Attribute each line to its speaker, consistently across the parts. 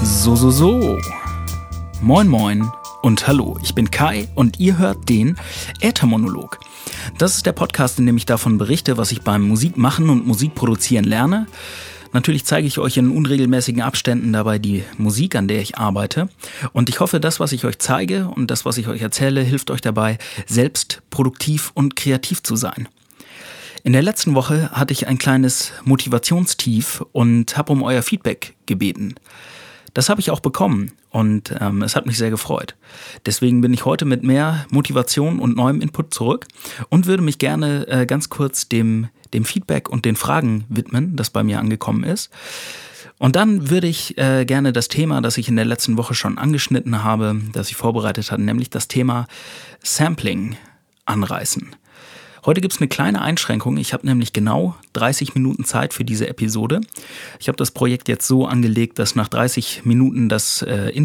Speaker 1: So. Moin moin und hallo, ich bin Kai und ihr hört den Äthermonolog. Das ist der Podcast, in dem ich davon berichte, was ich beim Musikmachen und Musikproduzieren lerne. Natürlich zeige ich euch in unregelmäßigen Abständen dabei die Musik, an der ich arbeite. Und ich hoffe, das, was ich euch zeige und das, was ich euch erzähle, hilft euch dabei, selbst produktiv und kreativ zu sein. In der letzten Woche hatte ich ein kleines Motivationstief und habe um euer Feedback gebeten. Das habe ich auch bekommen und es hat mich sehr gefreut. Deswegen bin ich heute mit mehr Motivation und neuem Input zurück und würde mich gerne ganz kurz dem Feedback und den Fragen widmen, das bei mir angekommen ist. Und dann würde ich gerne das Thema, das ich in der letzten Woche schon angeschnitten habe, das ich vorbereitet hatte, nämlich das Thema Sampling anreißen. Heute gibt es eine kleine Einschränkung. Ich habe nämlich genau 30 Minuten Zeit für diese Episode. Ich habe das Projekt jetzt so angelegt, dass nach 30 Minuten das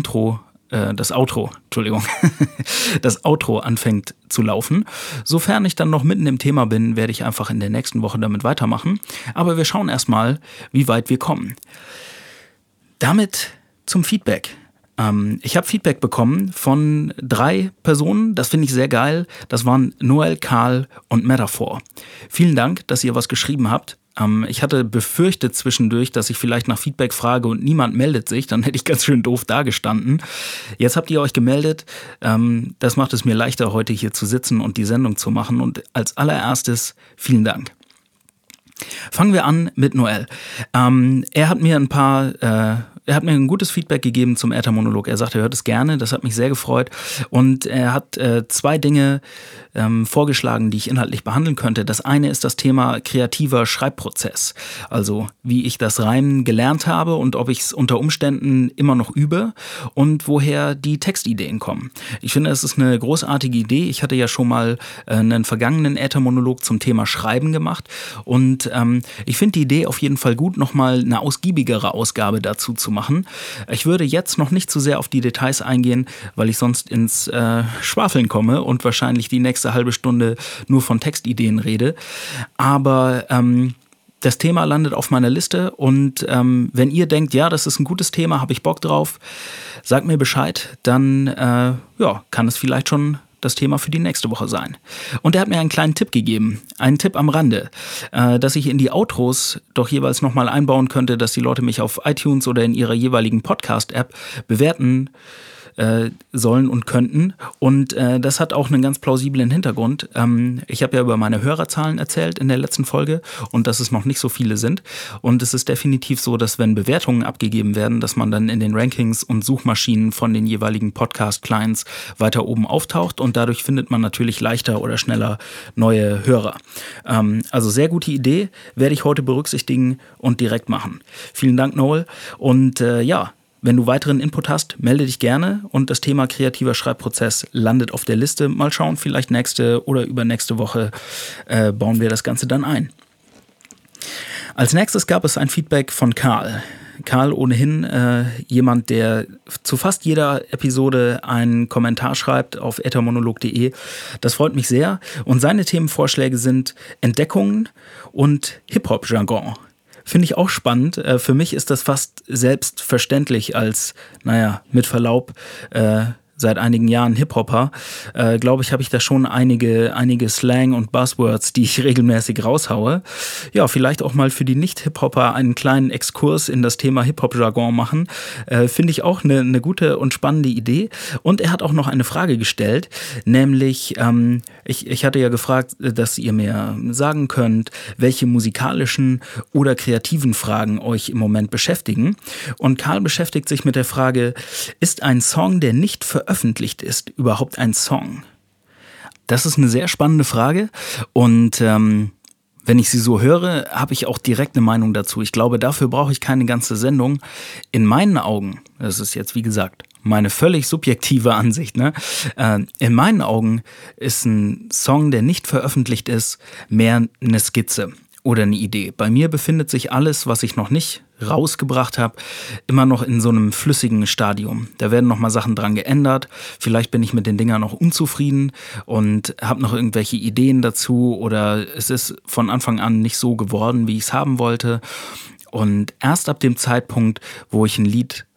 Speaker 1: Outro anfängt zu laufen. Sofern ich dann noch mitten im Thema bin, werde ich einfach in der nächsten Woche damit weitermachen. Aber wir schauen erstmal, wie weit wir kommen. Damit zum Feedback. Ich habe Feedback bekommen von 3 Personen, das finde ich sehr geil. Das waren Noel, Karl und Metaphor. Vielen Dank, dass ihr was geschrieben habt. Ich hatte befürchtet zwischendurch, dass ich vielleicht nach Feedback frage und niemand meldet sich. Dann hätte ich ganz schön doof dagestanden. Jetzt habt ihr euch gemeldet. Das macht es mir leichter, heute hier zu sitzen und die Sendung zu machen. Und als allererstes vielen Dank. Fangen wir an mit Noel. Er hat mir ein gutes Feedback gegeben zum Äthermonolog. Er sagt, er hört es gerne, das hat mich sehr gefreut. Und er hat 2 Dinge vorgeschlagen, die ich inhaltlich behandeln könnte. Das eine ist das Thema kreativer Schreibprozess. Also wie ich das Reimen gelernt habe und ob ich es unter Umständen immer noch übe und woher die Textideen kommen. Ich finde, es ist eine großartige Idee. Ich hatte ja schon mal einen vergangenen Äthermonolog zum Thema Schreiben gemacht. Und ich finde die Idee auf jeden Fall gut, nochmal eine ausgiebigere Ausgabe dazu zu machen. Ich würde jetzt noch nicht zu sehr auf die Details eingehen, weil ich sonst ins Schwafeln komme und wahrscheinlich die nächste halbe Stunde nur von Textideen rede. Aber das Thema landet auf meiner Liste und wenn ihr denkt, ja, das ist ein gutes Thema, habe ich Bock drauf, sagt mir Bescheid, dann kann es vielleicht schon das Thema für die nächste Woche sein. Und er hat mir einen kleinen Tipp gegeben, einen Tipp am Rande, dass ich in die Outros doch jeweils nochmal einbauen könnte, dass die Leute mich auf iTunes oder in ihrer jeweiligen Podcast-App bewerten sollen und könnten. Und das hat auch einen ganz plausiblen Hintergrund. Ich habe ja über meine Hörerzahlen erzählt in der letzten Folge und dass es noch nicht so viele sind. Und es ist definitiv so, dass wenn Bewertungen abgegeben werden, dass man dann in den Rankings und Suchmaschinen von den jeweiligen Podcast-Clients weiter oben auftaucht und dadurch findet man natürlich leichter oder schneller neue Hörer. Also sehr gute Idee, werde ich heute berücksichtigen und direkt machen. Vielen Dank, Noel. Und wenn du weiteren Input hast, melde dich gerne und das Thema kreativer Schreibprozess landet auf der Liste. Mal schauen, vielleicht nächste oder übernächste Woche bauen wir das Ganze dann ein. Als nächstes gab es ein Feedback von Karl. Karl ohnehin jemand, der zu fast jeder Episode einen Kommentar schreibt auf äthermonolog.de. Das freut mich sehr. Und seine Themenvorschläge sind Entdeckungen und Hip-Hop-Jargon. Finde ich auch spannend. Für mich ist das fast selbstverständlich als, mit Verlaub, seit einigen Jahren Hip-Hopper, glaube ich, habe ich da schon einige Slang und Buzzwords, die ich regelmäßig raushaue. Ja, vielleicht auch mal für die Nicht-Hip-Hopper einen kleinen Exkurs in das Thema Hip-Hop-Jargon machen. Finde ich auch eine gute und spannende Idee. Und er hat auch noch eine Frage gestellt, nämlich, ich hatte ja gefragt, dass ihr mir sagen könnt, welche musikalischen oder kreativen Fragen euch im Moment beschäftigen. Und Karl beschäftigt sich mit der Frage, ist ein Song, der nicht veröffentlicht ist, überhaupt ein Song? Das ist eine sehr spannende Frage und wenn ich sie so höre, habe ich auch direkt eine Meinung dazu. Ich glaube, dafür brauche ich keine ganze Sendung. In meinen Augen, das ist jetzt wie gesagt meine völlig subjektive Ansicht, in meinen Augen ist ein Song, der nicht veröffentlicht ist, mehr eine Skizze oder eine Idee. Bei mir befindet sich alles, was ich noch nicht rausgebracht habe, immer noch in so einem flüssigen Stadium. Da werden noch mal Sachen dran geändert. Vielleicht bin ich mit den Dingern noch unzufrieden und habe noch irgendwelche Ideen dazu oder es ist von Anfang an nicht so geworden, wie ich es haben wollte. Und erst ab dem Zeitpunkt, wo ich ein Lied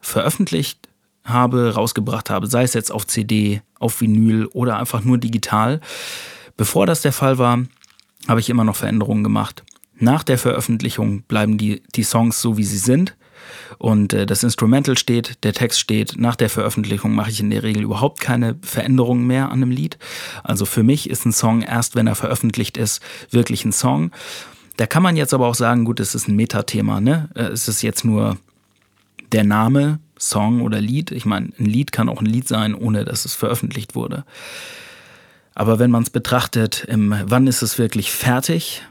Speaker 1: veröffentlicht habe, rausgebracht habe, sei es jetzt auf CD, auf Vinyl oder einfach nur digital. Bevor das der Fall war, habe ich immer noch Veränderungen gemacht. Nach der Veröffentlichung bleiben die Songs so, wie sie sind. Und das Instrumental steht, der Text steht. Nach der Veröffentlichung mache ich in der Regel überhaupt keine Veränderungen mehr an einem Lied. Also für mich ist ein Song erst, wenn er veröffentlicht ist, wirklich ein Song. Da kann man jetzt aber auch sagen, gut, es ist ein Metathema, ne? Es ist jetzt nur der Name, Song oder Lied. Ich meine, ein Lied kann auch ein Lied sein, ohne dass es veröffentlicht wurde. Aber wenn man es betrachtet, wann ist es wirklich fertig,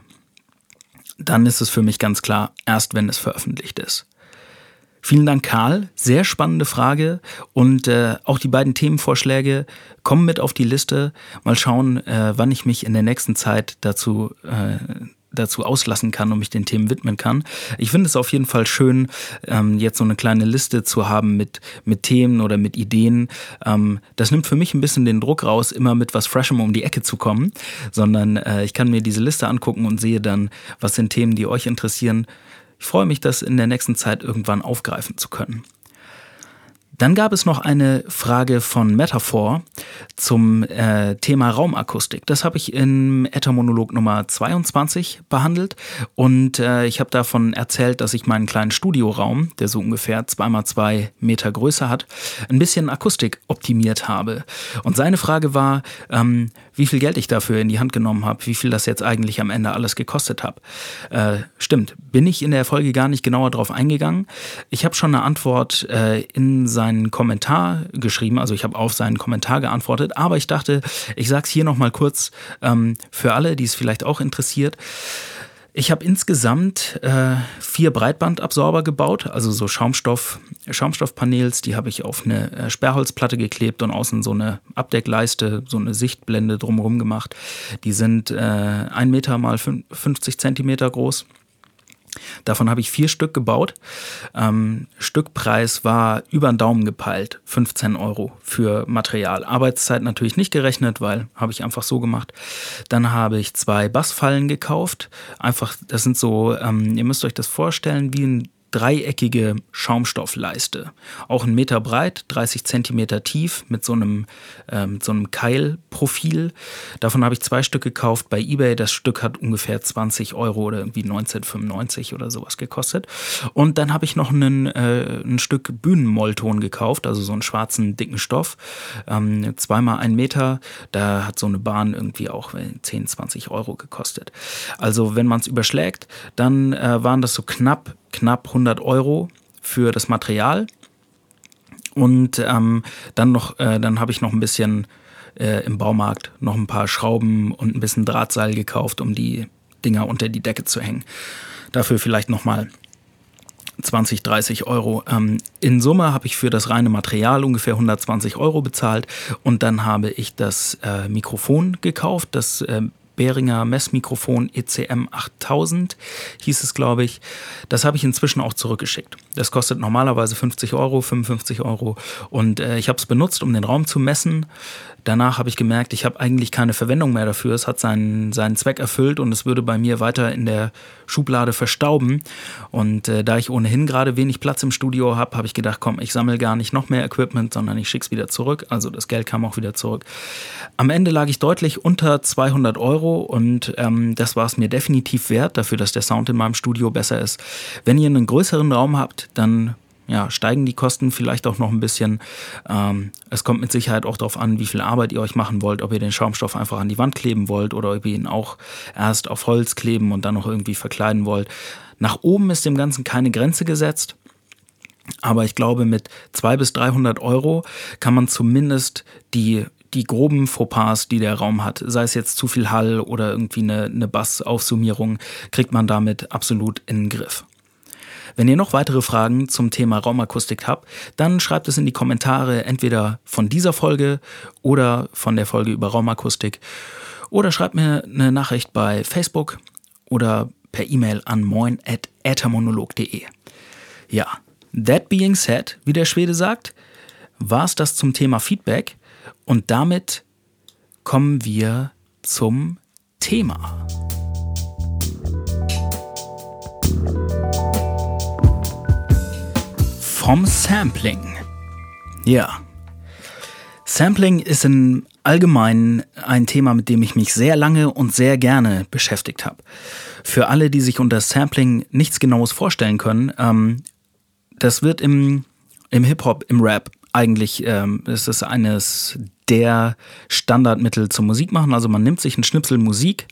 Speaker 1: dann ist es für mich ganz klar, erst wenn es veröffentlicht ist. Vielen Dank, Karl. Sehr spannende Frage. Und auch die beiden Themenvorschläge kommen mit auf die Liste. Mal schauen, wann ich mich in der nächsten Zeit dazu auslassen kann und mich den Themen widmen kann. Ich finde es auf jeden Fall schön, jetzt so eine kleine Liste zu haben mit Themen oder mit Ideen. Das nimmt für mich ein bisschen den Druck raus, immer mit was Freshem um die Ecke zu kommen, sondern ich kann mir diese Liste angucken und sehe dann, was sind Themen, die euch interessieren. Ich freue mich, das in der nächsten Zeit irgendwann aufgreifen zu können. Dann gab es noch eine Frage von Metaphor zum Thema Raumakustik. Das habe ich im Äthermonolog Nummer 22 behandelt und ich habe davon erzählt, dass ich meinen kleinen Studioraum, der so ungefähr 2x2 Meter Größe hat, ein bisschen Akustik optimiert habe. Und seine Frage war, wie viel Geld ich dafür in die Hand genommen habe, wie viel das jetzt eigentlich am Ende alles gekostet hat. Stimmt, bin ich in der Folge gar nicht genauer drauf eingegangen. Ich habe schon eine Antwort in seinen Kommentar geschrieben, also ich habe auf seinen Kommentar geantwortet, aber ich dachte, ich sage es hier nochmal kurz für alle, die es vielleicht auch interessiert. Ich habe insgesamt 4 Breitbandabsorber gebaut, also so Schaumstoffpanels, die habe ich auf eine Sperrholzplatte geklebt und außen so eine Abdeckleiste, so eine Sichtblende drumherum gemacht. Die sind 1 Meter mal 50 Zentimeter groß. Davon habe ich 4 Stück gebaut. Stückpreis war über den Daumen gepeilt, 15 € für Material. Arbeitszeit natürlich nicht gerechnet, weil habe ich einfach so gemacht. Dann habe ich 2 Bassfallen gekauft. Einfach, das sind so, ihr müsst euch das vorstellen, wie ein dreieckige Schaumstoffleiste. Auch 1 Meter breit, 30 Zentimeter tief mit so einem Keilprofil. Davon habe ich 2 Stück gekauft bei eBay. Das Stück hat ungefähr 20 € oder irgendwie 19,95 oder sowas gekostet. Und dann habe ich noch ein Stück Bühnenmollton gekauft, also so einen schwarzen, dicken Stoff. 2x1 Meter. Da hat so eine Bahn irgendwie auch 10, 20 € gekostet. Also wenn man es überschlägt, dann waren das so knapp 100 € für das Material und dann habe ich noch ein bisschen im Baumarkt noch ein paar Schrauben und ein bisschen Drahtseil gekauft, um die Dinger unter die Decke zu hängen. Dafür vielleicht nochmal 20, 30 €. In Summe habe ich für das reine Material ungefähr 120 € bezahlt und dann habe ich das Mikrofon gekauft, das Behringer Messmikrofon ECM 8000 hieß es, glaube ich. Das habe ich inzwischen auch zurückgeschickt. Das kostet normalerweise 50 €, 55 € und ich habe es benutzt, um den Raum zu messen. Danach habe ich gemerkt, ich habe eigentlich keine Verwendung mehr dafür. Es hat seinen Zweck erfüllt und es würde bei mir weiter in der Schublade verstauben. Und da ich ohnehin gerade wenig Platz im Studio habe, habe ich gedacht, komm, ich sammle gar nicht noch mehr Equipment, sondern ich schicke es wieder zurück. Also das Geld kam auch wieder zurück. Am Ende lag ich deutlich unter 200 € und das war es mir definitiv wert, dafür, dass der Sound in meinem Studio besser ist. Wenn ihr einen größeren Raum habt, dann steigen die Kosten vielleicht auch noch ein bisschen. Es kommt mit Sicherheit auch darauf an, wie viel Arbeit ihr euch machen wollt, ob ihr den Schaumstoff einfach an die Wand kleben wollt oder ob ihr ihn auch erst auf Holz kleben und dann noch irgendwie verkleiden wollt. Nach oben ist dem Ganzen keine Grenze gesetzt, aber ich glaube, mit 200 bis 300 € kann man zumindest die groben Fauxpas, die der Raum hat, sei es jetzt zu viel Hall oder irgendwie eine Bassaufsummierung, kriegt man damit absolut in den Griff. Wenn ihr noch weitere Fragen zum Thema Raumakustik habt, dann schreibt es in die Kommentare entweder von dieser Folge oder von der Folge über Raumakustik oder schreibt mir eine Nachricht bei Facebook oder per E-Mail an moin@äthermonolog.de. Ja, that being said, wie der Schwede sagt, war es das zum Thema Feedback und damit kommen wir zum Thema. vom Sampling. Ja, Sampling ist im Allgemeinen ein Thema, mit dem ich mich sehr lange und sehr gerne beschäftigt habe. Für alle, die sich unter Sampling nichts Genaues vorstellen können, das wird im Hip-Hop, im Rap eigentlich, ist es eines der Standardmittel zum Musikmachen. Also man nimmt sich einen Schnipsel Musik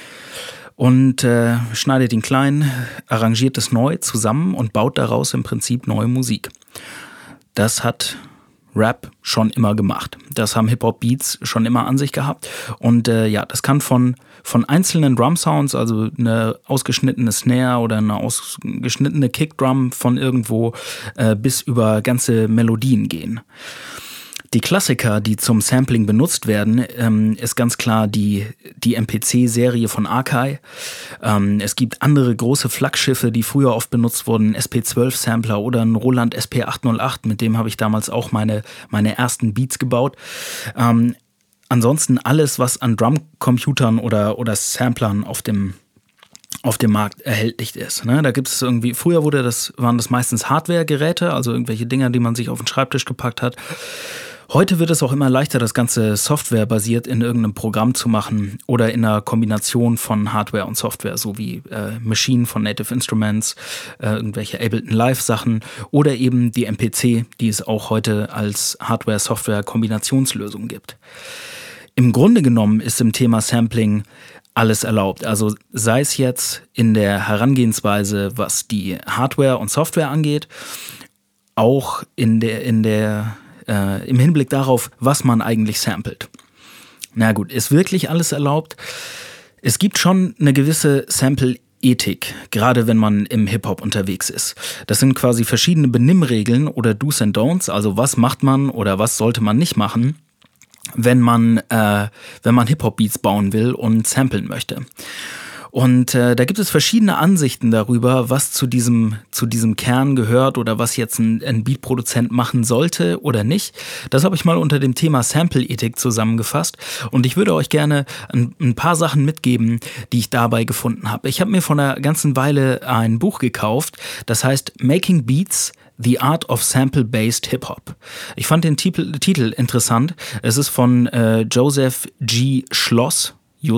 Speaker 1: und schneidet ihn klein, arrangiert es neu zusammen und baut daraus im Prinzip neue Musik. Das hat Rap schon immer gemacht. Das haben Hip-Hop-Beats schon immer an sich gehabt. Und das kann von einzelnen Drum-Sounds, also eine ausgeschnittene Snare oder eine ausgeschnittene Kickdrum von irgendwo bis über ganze Melodien gehen. Die Klassiker, die zum Sampling benutzt werden, ist ganz klar die MPC-Serie von Akai. Es gibt andere große Flaggschiffe, die früher oft benutzt wurden, SP12-Sampler oder ein Roland SP808, mit dem habe ich damals auch meine ersten Beats gebaut. Ansonsten alles, was an Drumcomputern oder Samplern auf dem Markt erhältlich ist. Ne? Da gibt es irgendwie, früher waren das meistens Hardware-Geräte, also irgendwelche Dinger, die man sich auf den Schreibtisch gepackt hat. Heute wird es auch immer leichter, das Ganze softwarebasiert in irgendeinem Programm zu machen oder in einer Kombination von Hardware und Software, so wie Maschinen von Native Instruments, irgendwelche Ableton Live-Sachen oder eben die MPC, die es auch heute als Hardware-Software-Kombinationslösung gibt. Im Grunde genommen ist im Thema Sampling alles erlaubt. Also sei es jetzt in der Herangehensweise, was die Hardware und Software angeht, auch im Hinblick darauf, was man eigentlich samplet. Na gut, ist wirklich alles erlaubt? Es gibt schon eine gewisse Sample-Ethik, gerade wenn man im Hip-Hop unterwegs ist. Das sind quasi verschiedene Benimmregeln oder Do's and Don'ts, also was macht man oder was sollte man nicht machen, wenn man Hip-Hop-Beats bauen will und samplen möchte. Und da gibt es verschiedene Ansichten darüber, was zu diesem Kern gehört oder was jetzt ein Beatproduzent machen sollte oder nicht. Das habe ich mal unter dem Thema Sample-Ethik zusammengefasst und ich würde euch gerne ein paar Sachen mitgeben, die ich dabei gefunden habe. Ich habe mir vor einer ganzen Weile ein Buch gekauft, das heißt Making Beats, The Art of Sample-Based Hip-Hop. Ich fand den Titel interessant. Es ist von Joseph G. Schloss.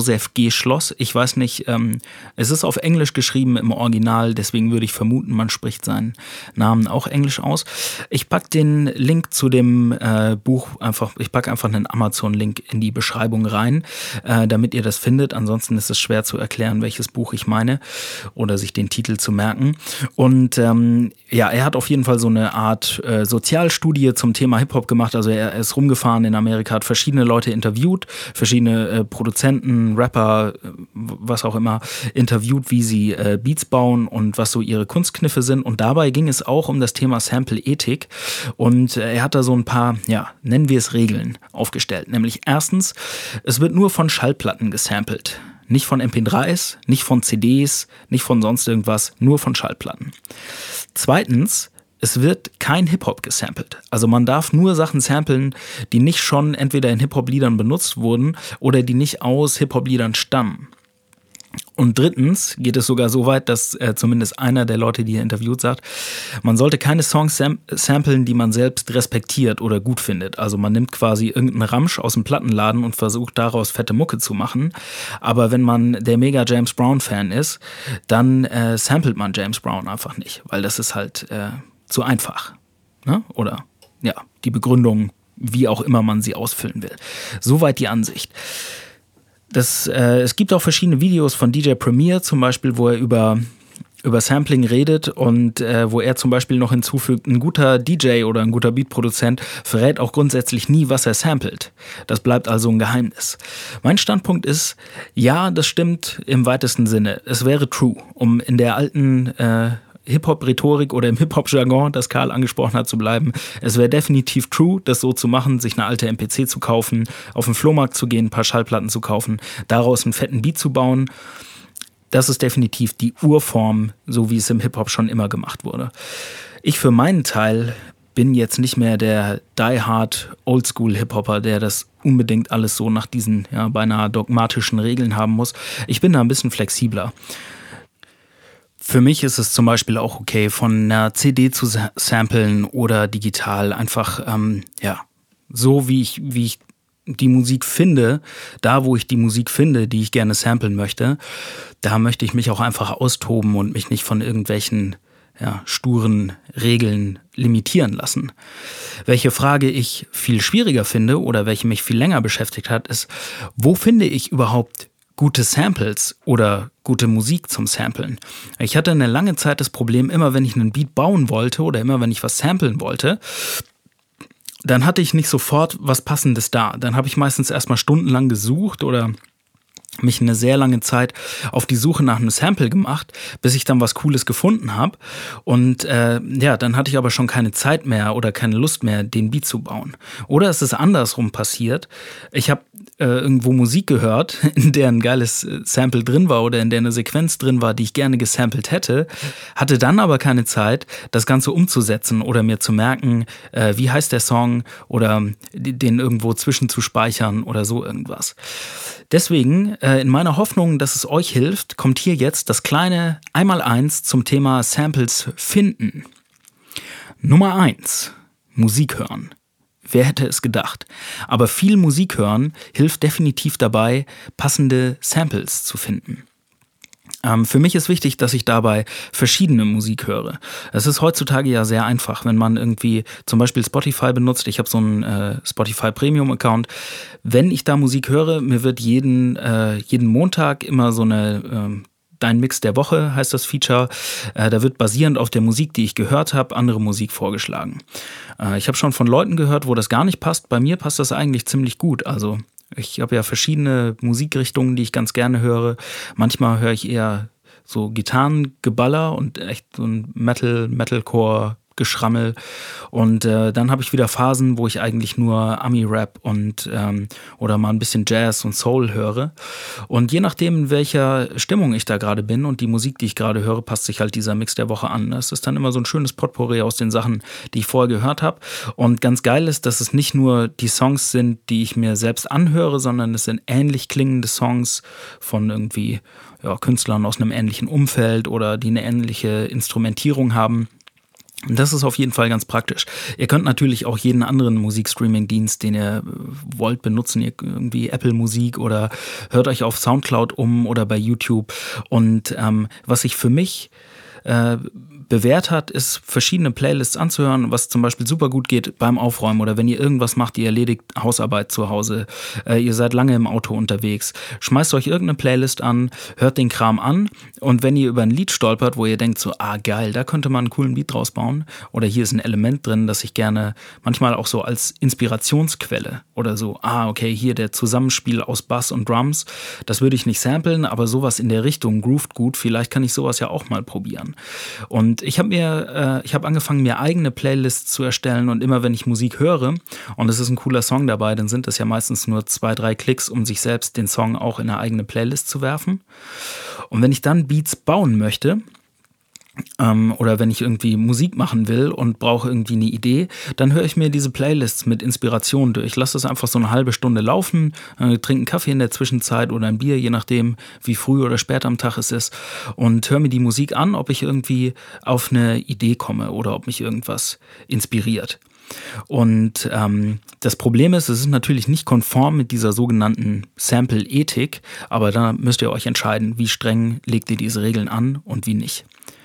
Speaker 1: Ich weiß nicht, es ist auf Englisch geschrieben im Original, deswegen würde ich vermuten, man spricht seinen Namen auch Englisch aus. Ich packe den Link zu dem Buch ich packe einfach einen Amazon-Link in die Beschreibung rein, damit ihr das findet. Ansonsten ist es schwer zu erklären, welches Buch ich meine oder sich den Titel zu merken. Und er hat auf jeden Fall so eine Art Sozialstudie zum Thema Hip-Hop gemacht. Also er ist rumgefahren in Amerika, hat verschiedene Leute interviewt, verschiedene Produzenten, Rapper, was auch immer, interviewt, wie sie Beats bauen und was so ihre Kunstkniffe sind. Und dabei ging es auch um das Thema Sample-Ethik. Und er hat da so ein paar, nennen wir es Regeln aufgestellt. Nämlich erstens, es wird nur von Schallplatten gesampelt. Nicht von MP3s, nicht von CDs, nicht von sonst irgendwas, nur von Schallplatten. Zweitens, es wird kein Hip-Hop gesampelt. Also man darf nur Sachen samplen, die nicht schon entweder in Hip-Hop-Liedern benutzt wurden oder die nicht aus Hip-Hop-Liedern stammen. Und drittens geht es sogar so weit, dass zumindest einer der Leute, die er interviewt, sagt, man sollte keine Songs samplen, die man selbst respektiert oder gut findet. Also man nimmt quasi irgendeinen Ramsch aus dem Plattenladen und versucht daraus fette Mucke zu machen. Aber wenn man der mega James Brown-Fan ist, dann samplet man James Brown einfach nicht, weil das ist halt zu einfach. Ne? Oder die Begründung, wie auch immer man sie ausfüllen will. Soweit die Ansicht. Es gibt auch verschiedene Videos von DJ Premier zum Beispiel, wo er über Sampling redet und wo er zum Beispiel noch hinzufügt, ein guter DJ oder ein guter Beatproduzent verrät auch grundsätzlich nie, was er samplet. Das bleibt also ein Geheimnis. Mein Standpunkt ist, ja, das stimmt im weitesten Sinne. Es wäre true, um in der alten Hip-Hop-Rhetorik oder im Hip-Hop-Jargon, das Karl angesprochen hat, zu bleiben. Es wäre definitiv true, das so zu machen, sich eine alte MPC zu kaufen, auf den Flohmarkt zu gehen, ein paar Schallplatten zu kaufen, daraus einen fetten Beat zu bauen. Das ist definitiv die Urform, so wie es im Hip-Hop schon immer gemacht wurde. Ich für meinen Teil bin jetzt nicht mehr der die-hard Oldschool-Hip-Hopper, der das unbedingt alles so nach diesen beinahe dogmatischen Regeln haben muss. Ich bin da ein bisschen flexibler. Für mich ist es zum Beispiel auch okay, von einer CD zu samplen oder digital einfach, so wie ich die Musik finde, da wo ich die Musik finde, die ich gerne samplen möchte, da möchte ich mich auch einfach austoben und mich nicht von irgendwelchen sturen Regeln limitieren lassen. Welche Frage ich viel schwieriger finde oder welche mich viel länger beschäftigt hat, ist, wo finde ich überhaupt gute Samples oder gute Musik zum Samplen? Ich hatte eine lange Zeit das Problem, immer wenn ich einen Beat bauen wollte oder immer wenn ich was samplen wollte, dann hatte ich nicht sofort was Passendes da. Dann habe ich meistens erstmal stundenlang gesucht oder mich eine sehr lange Zeit auf die Suche nach einem Sample gemacht, bis ich dann was Cooles gefunden habe. Und dann hatte ich aber schon keine Zeit mehr oder keine Lust mehr, den Beat zu bauen. Oder es ist andersrum passiert. Ich habe irgendwo Musik gehört, in der ein geiles Sample drin war oder in der eine Sequenz drin war, die ich gerne gesampelt hätte, hatte dann aber keine Zeit, das Ganze umzusetzen oder mir zu merken, wie heißt der Song oder den irgendwo zwischenzuspeichern oder so irgendwas. Deswegen, in meiner Hoffnung, dass es euch hilft, kommt hier jetzt das kleine Einmaleins zum Thema Samples finden. Nummer 1. Musik hören. Wer hätte es gedacht? Aber viel Musik hören hilft definitiv dabei, passende Samples zu finden. Für mich ist wichtig, dass ich dabei verschiedene Musik höre. Es ist heutzutage ja sehr einfach, wenn man irgendwie zum Beispiel Spotify benutzt. Ich habe so einen Spotify Premium Account. Wenn ich da Musik höre, mir wird jeden Montag immer so eine Dein Mix der Woche heißt das Feature. Da wird basierend auf der Musik, die ich gehört habe, andere Musik vorgeschlagen. Ich habe schon von Leuten gehört, wo das gar nicht passt. Bei mir passt das eigentlich ziemlich gut. Also ich habe ja verschiedene Musikrichtungen, die ich ganz gerne höre. Manchmal höre ich eher so Gitarrengeballer und echt so ein Metalcore Geschrammel. Und dann habe ich wieder Phasen, wo ich eigentlich nur Ami-Rap und oder mal ein bisschen Jazz und Soul höre. Und je nachdem, in welcher Stimmung ich da gerade bin und die Musik, die ich gerade höre, passt sich halt dieser Mix der Woche an. Es ist dann immer so ein schönes Potpourri aus den Sachen, die ich vorher gehört habe. Und ganz geil ist, dass es nicht nur die Songs sind, die ich mir selbst anhöre, sondern es sind ähnlich klingende Songs von irgendwie Künstlern aus einem ähnlichen Umfeld oder die eine ähnliche Instrumentierung haben. Das ist auf jeden Fall ganz praktisch. Ihr könnt natürlich auch jeden anderen Musikstreaming-Dienst, den ihr wollt, benutzen. Ihr irgendwie Apple Musik oder hört euch auf Soundcloud um oder bei YouTube. Und was sich für mich bewährt hat, ist verschiedene Playlists anzuhören, was zum Beispiel super gut geht beim Aufräumen oder wenn ihr irgendwas macht, ihr erledigt Hausarbeit zu Hause, ihr seid lange im Auto unterwegs, schmeißt euch irgendeine Playlist an, hört den Kram an und wenn ihr über ein Lied stolpert, wo ihr denkt so, geil, da könnte man einen coolen Beat draus bauen oder hier ist ein Element drin, das ich gerne manchmal auch so als Inspirationsquelle oder so, okay, hier der Zusammenspiel aus Bass und Drums, das würde ich nicht samplen, aber sowas in der Richtung groovt gut, vielleicht kann ich sowas ja auch mal probieren. Und ich habe angefangen, mir eigene Playlists zu erstellen und immer wenn ich Musik höre und es ist ein cooler Song dabei, dann sind das ja meistens nur 2-3 Klicks, um sich selbst den Song auch in eine eigene Playlist zu werfen. Und wenn ich dann Beats bauen möchte, oder wenn ich irgendwie Musik machen will und brauche irgendwie eine Idee, dann höre ich mir diese Playlists mit Inspiration durch. Lasse es einfach so eine halbe Stunde laufen, trinke einen Kaffee in der Zwischenzeit oder ein Bier, je nachdem, wie früh oder spät am Tag es ist und höre mir die Musik an, ob ich irgendwie auf eine Idee komme oder ob mich irgendwas inspiriert. Und das Problem ist, es ist natürlich nicht konform mit dieser sogenannten Sample-Ethik, aber da müsst ihr euch entscheiden, wie streng legt ihr diese Regeln an und wie nicht.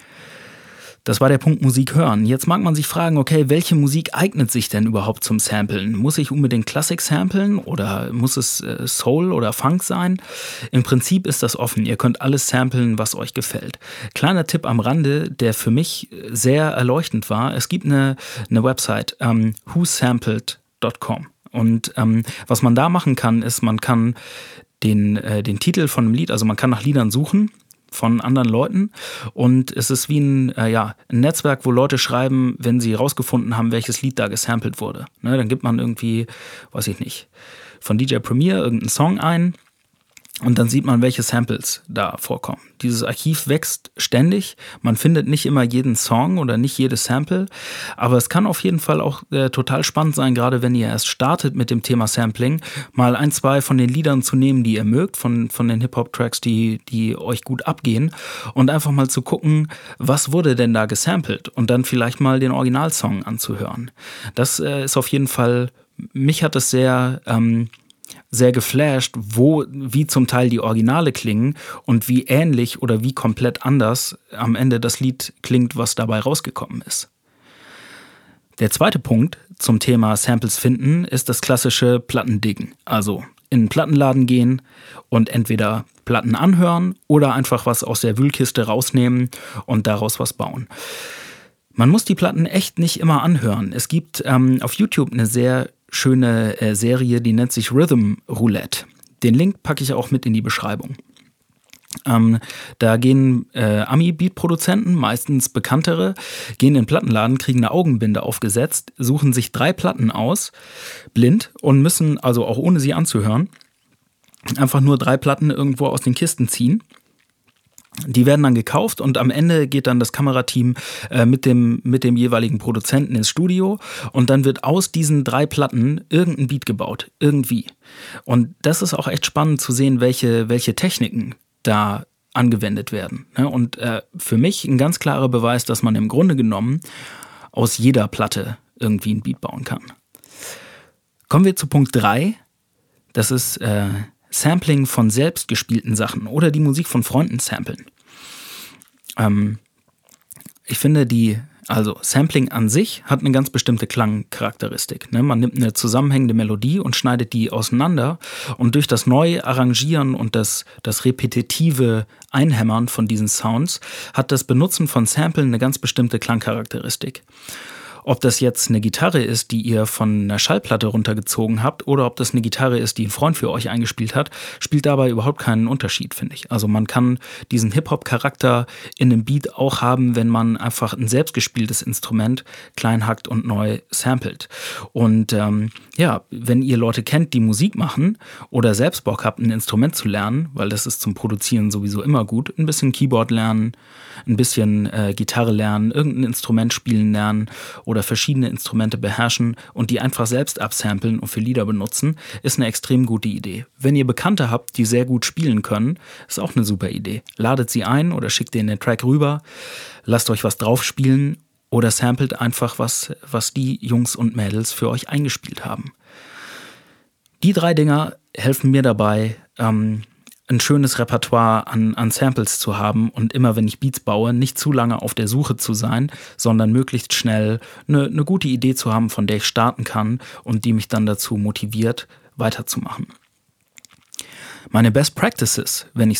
Speaker 1: Das war der Punkt Musik hören. Jetzt mag man sich fragen, okay, welche Musik eignet sich denn überhaupt zum Samplen? Muss ich unbedingt Klassik samplen oder muss es Soul oder Funk sein? Im Prinzip ist das offen. Ihr könnt alles samplen, was euch gefällt. Kleiner Tipp am Rande, der für mich sehr erleuchtend war. Es gibt eine Website, whosampled.com. Und was man da machen kann, ist, man kann den Titel von einem Lied, also man kann nach Liedern suchen, von anderen Leuten und es ist wie ein Netzwerk, wo Leute schreiben, wenn sie rausgefunden haben, welches Lied da gesampelt wurde. Ne, dann gibt man irgendwie, weiß ich nicht, von DJ Premier irgendeinen Song ein Und dann sieht man, welche Samples da vorkommen. Dieses Archiv wächst ständig. Man findet nicht immer jeden Song oder nicht jedes Sample. Aber es kann auf jeden Fall auch total spannend sein, gerade wenn ihr erst startet mit dem Thema Sampling, mal 1, 2 von den Liedern zu nehmen, die ihr mögt, von den Hip-Hop-Tracks, die euch gut abgehen. Und einfach mal zu gucken, was wurde denn da gesampelt? Und dann vielleicht mal den Originalsong anzuhören. Das ist auf jeden Fall, mich hat es sehr geflasht, wie zum Teil die Originale klingen und wie ähnlich oder wie komplett anders am Ende das Lied klingt, was dabei rausgekommen ist. Der zweite Punkt zum Thema Samples finden ist das klassische Plattendiggen. Also in einen Plattenladen gehen und entweder Platten anhören oder einfach was aus der Wühlkiste rausnehmen und daraus was bauen. Man muss die Platten echt nicht immer anhören. Es gibt auf YouTube eine sehr schöne Serie, die nennt sich Rhythm Roulette. Den Link packe ich auch mit in die Beschreibung. Da gehen Ami-Beat-Produzenten, meistens bekanntere, gehen in den Plattenladen, kriegen eine Augenbinde aufgesetzt, suchen sich 3 Platten aus, blind, und müssen, also auch ohne sie anzuhören, einfach nur 3 Platten irgendwo aus den Kisten ziehen. Die werden dann gekauft und am Ende geht dann das Kamerateam mit dem jeweiligen Produzenten ins Studio und dann wird aus diesen 3 Platten irgendein Beat gebaut, irgendwie. Und das ist auch echt spannend zu sehen, welche Techniken da angewendet werden. Und für mich ein ganz klarer Beweis, dass man im Grunde genommen aus jeder Platte irgendwie ein Beat bauen kann. Kommen wir zu Punkt 3. Das ist Sampling von selbst gespielten Sachen oder die Musik von Freunden samplen. Ich finde, Sampling an sich hat eine ganz bestimmte Klangcharakteristik. Ne? Man nimmt eine zusammenhängende Melodie und schneidet die auseinander und durch das neue Arrangieren und das repetitive Einhämmern von diesen Sounds hat das Benutzen von Samplen eine ganz bestimmte Klangcharakteristik. Ob das jetzt eine Gitarre ist, die ihr von einer Schallplatte runtergezogen habt, oder ob das eine Gitarre ist, die ein Freund für euch eingespielt hat, spielt dabei überhaupt keinen Unterschied, finde ich. Also man kann diesen Hip-Hop-Charakter in einem Beat auch haben, wenn man einfach ein selbstgespieltes Instrument klein hackt und neu samplet. Und wenn ihr Leute kennt, die Musik machen oder selbst Bock habt, ein Instrument zu lernen, weil das ist zum Produzieren sowieso immer gut, ein bisschen Keyboard lernen, ein bisschen Gitarre lernen, irgendein Instrument spielen lernen oder verschiedene Instrumente beherrschen und die einfach selbst absamplen und für Lieder benutzen, ist eine extrem gute Idee. Wenn ihr Bekannte habt, die sehr gut spielen können, ist auch eine super Idee. Ladet sie ein oder schickt denen den Track rüber, lasst euch was drauf spielen oder samplet einfach was die Jungs und Mädels für euch eingespielt haben. Die 3 Dinger helfen mir dabei, ein schönes Repertoire an Samples zu haben und immer, wenn ich Beats baue, nicht zu lange auf der Suche zu sein, sondern möglichst schnell eine gute Idee zu haben, von der ich starten kann und die mich dann dazu motiviert, weiterzumachen. Meine Best Practices, wenn ich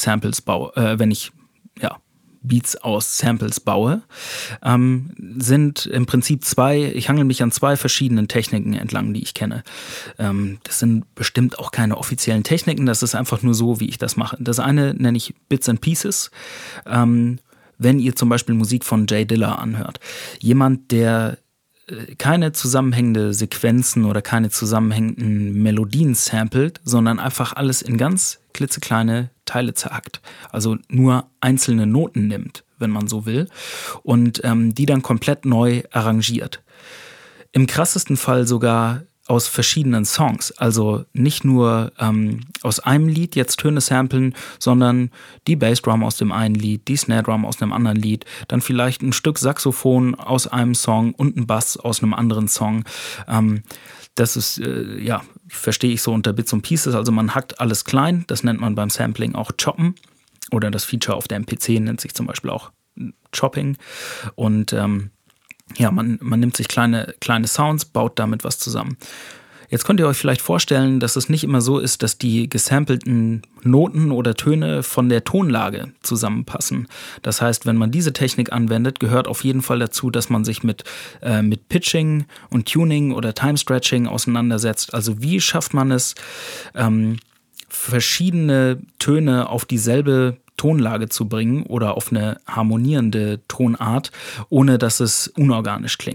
Speaker 1: Beats aus Samples baue, sind im Prinzip 2, ich hangel mich an 2 verschiedenen Techniken entlang, die ich kenne. Das sind bestimmt auch keine offiziellen Techniken, das ist einfach nur so, wie ich das mache. Das eine nenne ich Bits and Pieces, wenn ihr zum Beispiel Musik von Jay Dilla anhört. Jemand, der keine zusammenhängende Sequenzen oder keine zusammenhängenden Melodien samplet, sondern einfach alles in ganz klitzekleine Teile zerhackt. Also nur einzelne Noten nimmt, wenn man so will, und die dann komplett neu arrangiert. Im krassesten Fall sogar aus verschiedenen Songs. Also nicht nur aus einem Lied jetzt Töne samplen, sondern die Bassdrum aus dem einen Lied, die Snare Drum aus einem anderen Lied, dann vielleicht ein Stück Saxophon aus einem Song und ein Bass aus einem anderen Song. Das ist, verstehe ich so unter Bits und Pieces. Also man hackt alles klein, das nennt man beim Sampling auch Choppen. Oder das Feature auf der MPC nennt sich zum Beispiel auch Chopping. Und man nimmt sich kleine Sounds, baut damit was zusammen. Jetzt könnt ihr euch vielleicht vorstellen, dass es nicht immer so ist, dass die gesampelten Noten oder Töne von der Tonlage zusammenpassen. Das heißt, wenn man diese Technik anwendet, gehört auf jeden Fall dazu, dass man sich mit Pitching und Tuning oder Time Stretching auseinandersetzt. Also wie schafft man es, verschiedene Töne auf dieselbe Tonlage zu bringen oder auf eine harmonierende Tonart, ohne dass es unorganisch klingt.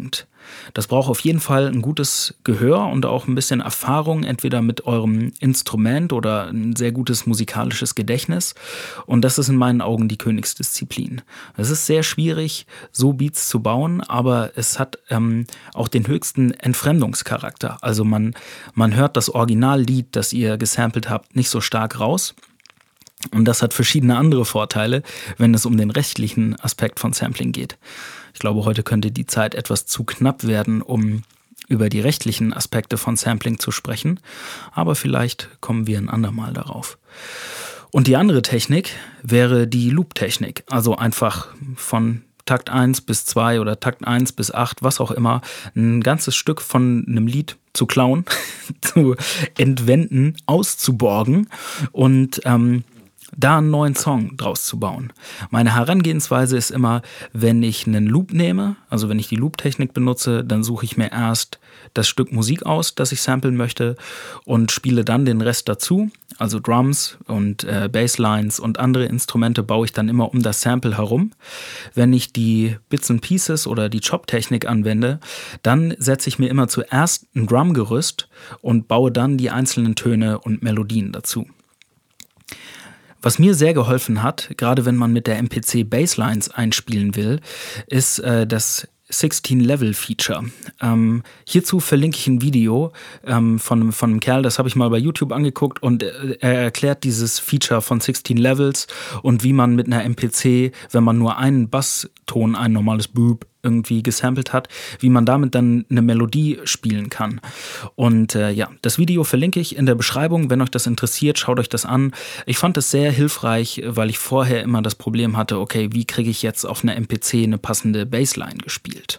Speaker 1: Das braucht auf jeden Fall ein gutes Gehör und auch ein bisschen Erfahrung, entweder mit eurem Instrument oder ein sehr gutes musikalisches Gedächtnis. Und das ist in meinen Augen die Königsdisziplin. Es ist sehr schwierig, so Beats zu bauen, aber es hat auch den höchsten Entfremdungscharakter. Also man hört das Originallied, das ihr gesampelt habt, nicht so stark raus. Und das hat verschiedene andere Vorteile, wenn es um den rechtlichen Aspekt von Sampling geht. Ich glaube, heute könnte die Zeit etwas zu knapp werden, um über die rechtlichen Aspekte von Sampling zu sprechen. Aber vielleicht kommen wir ein andermal darauf. Und die andere Technik wäre die Loop-Technik. Also einfach von Takt 1 bis 2 oder Takt 1 bis 8, was auch immer, ein ganzes Stück von einem Lied zu klauen, zu entwenden, auszuborgen und da einen neuen Song draus zu bauen. Meine Herangehensweise ist immer, wenn ich einen Loop nehme, also wenn ich die Loop-Technik benutze, dann suche ich mir erst das Stück Musik aus, das ich samplen möchte und spiele dann den Rest dazu. Also Drums und Basslines und andere Instrumente baue ich dann immer um das Sample herum. Wenn ich die Bits and Pieces oder die Chop-Technik anwende, dann setze ich mir immer zuerst ein Drumgerüst und baue dann die einzelnen Töne und Melodien dazu. Was mir sehr geholfen hat, gerade wenn man mit der MPC Basslines einspielen will, ist das 16-Level-Feature. Hierzu verlinke ich ein Video von einem Kerl, das habe ich mal bei YouTube angeguckt und er erklärt dieses Feature von 16 Levels und wie man mit einer MPC, wenn man nur einen Basston, ein normales Boop irgendwie gesampelt hat, wie man damit dann eine Melodie spielen kann. Und das Video verlinke ich in der Beschreibung. Wenn euch das interessiert, schaut euch das an. Ich fand es sehr hilfreich, weil ich vorher immer das Problem hatte, okay, wie kriege ich jetzt auf einer MPC eine passende Bassline gespielt?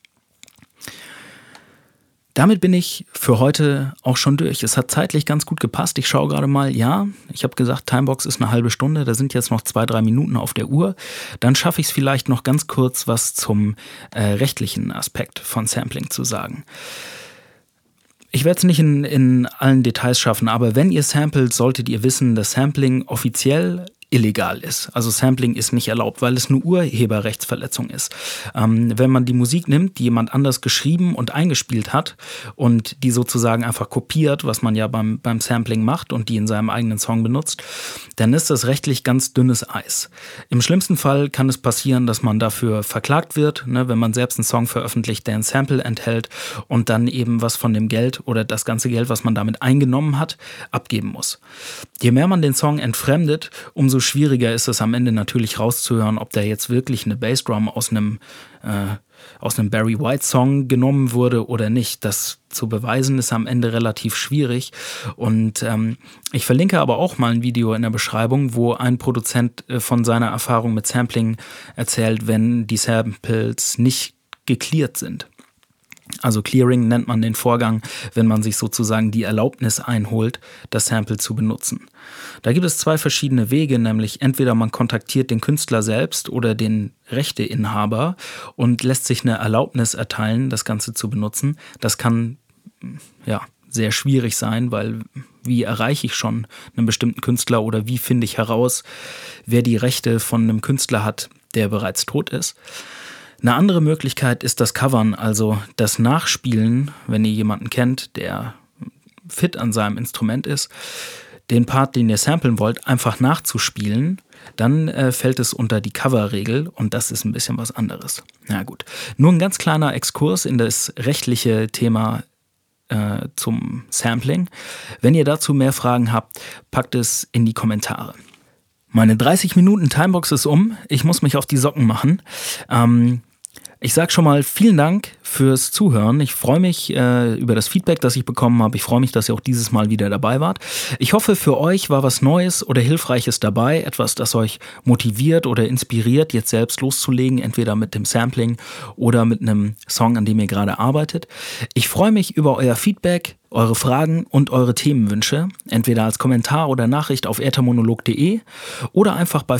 Speaker 1: Damit bin ich für heute auch schon durch. Es hat zeitlich ganz gut gepasst. Ich schaue gerade mal, ja, ich habe gesagt, Timebox ist eine halbe Stunde, da sind jetzt noch 2-3 Minuten auf der Uhr. Dann schaffe ich es vielleicht noch ganz kurz, was zum rechtlichen Aspekt von Sampling zu sagen. Ich werde es nicht in allen Details schaffen, aber wenn ihr samplet, solltet ihr wissen, dass Sampling offiziell illegal ist. Also Sampling ist nicht erlaubt, weil es eine Urheberrechtsverletzung ist. Wenn man die Musik nimmt, die jemand anders geschrieben und eingespielt hat und die sozusagen einfach kopiert, was man ja beim Sampling macht und die in seinem eigenen Song benutzt, dann ist das rechtlich ganz dünnes Eis. Im schlimmsten Fall kann es passieren, dass man dafür verklagt wird, ne, wenn man selbst einen Song veröffentlicht, der ein Sample enthält und dann eben was von dem Geld oder das ganze Geld, was man damit eingenommen hat, abgeben muss. Je mehr man den Song entfremdet, umso schwieriger ist es am Ende natürlich rauszuhören, ob da jetzt wirklich eine Bassdrum aus einem Barry White Song genommen wurde oder nicht. Das zu beweisen ist am Ende relativ schwierig und ich verlinke aber auch mal ein Video in der Beschreibung, wo ein Produzent von seiner Erfahrung mit Sampling erzählt, wenn die Samples nicht gecleared sind. Also Clearing nennt man den Vorgang, wenn man sich sozusagen die Erlaubnis einholt, das Sample zu benutzen. Da gibt es 2 verschiedene Wege, nämlich entweder man kontaktiert den Künstler selbst oder den Rechteinhaber und lässt sich eine Erlaubnis erteilen, das Ganze zu benutzen. Das kann sehr schwierig sein, weil wie erreiche ich schon einen bestimmten Künstler oder wie finde ich heraus, wer die Rechte von einem Künstler hat, der bereits tot ist. Eine andere Möglichkeit ist das Covern, also das Nachspielen, wenn ihr jemanden kennt, der fit an seinem Instrument ist, den Part, den ihr samplen wollt, einfach nachzuspielen, dann fällt es unter die Coverregel und das ist ein bisschen was anderes. Na gut, nur ein ganz kleiner Exkurs in das rechtliche Thema zum Sampling. Wenn ihr dazu mehr Fragen habt, packt es in die Kommentare. Meine 30 Minuten Timebox ist um. Ich muss mich auf die Socken machen. Ich sage schon mal vielen Dank fürs Zuhören. Ich freue mich über das Feedback, das ich bekommen habe. Ich freue mich, dass ihr auch dieses Mal wieder dabei wart. Ich hoffe, für euch war was Neues oder Hilfreiches dabei. Etwas, das euch motiviert oder inspiriert, jetzt selbst loszulegen. Entweder mit dem Sampling oder mit einem Song, an dem ihr gerade arbeitet. Ich freue mich über euer Feedback, eure Fragen und eure Themenwünsche. Entweder als Kommentar oder Nachricht auf äthermonolog.de oder einfach bei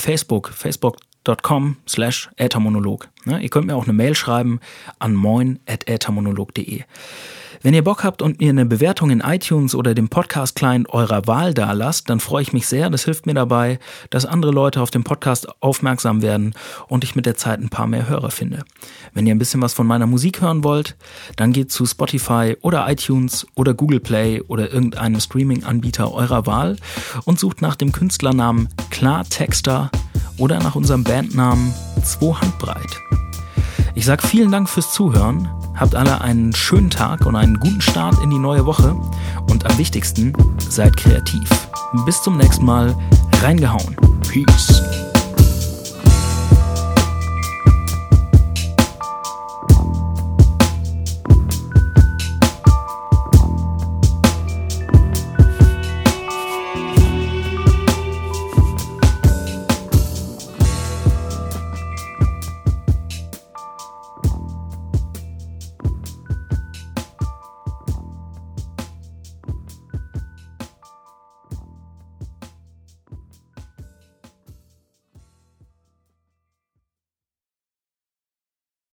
Speaker 1: facebook.com/äthermonolog. Ihr könnt mir auch eine Mail schreiben an moin@äthermonolog.de. Wenn ihr Bock habt und mir eine Bewertung in iTunes oder dem Podcast-Client eurer Wahl da lasst, dann freue ich mich sehr. Das hilft mir dabei, dass andere Leute auf den Podcast aufmerksam werden und ich mit der Zeit ein paar mehr Hörer finde. Wenn ihr ein bisschen was von meiner Musik hören wollt, dann geht zu Spotify oder iTunes oder Google Play oder irgendeinem Streaming-Anbieter eurer Wahl und sucht nach dem Künstlernamen Klartexter oder nach unserem Bandnamen 2 Handbreit. Ich sage vielen Dank fürs Zuhören, habt alle einen schönen Tag und einen guten Start in die neue Woche und am wichtigsten, seid kreativ. Bis zum nächsten Mal, reingehauen. Peace.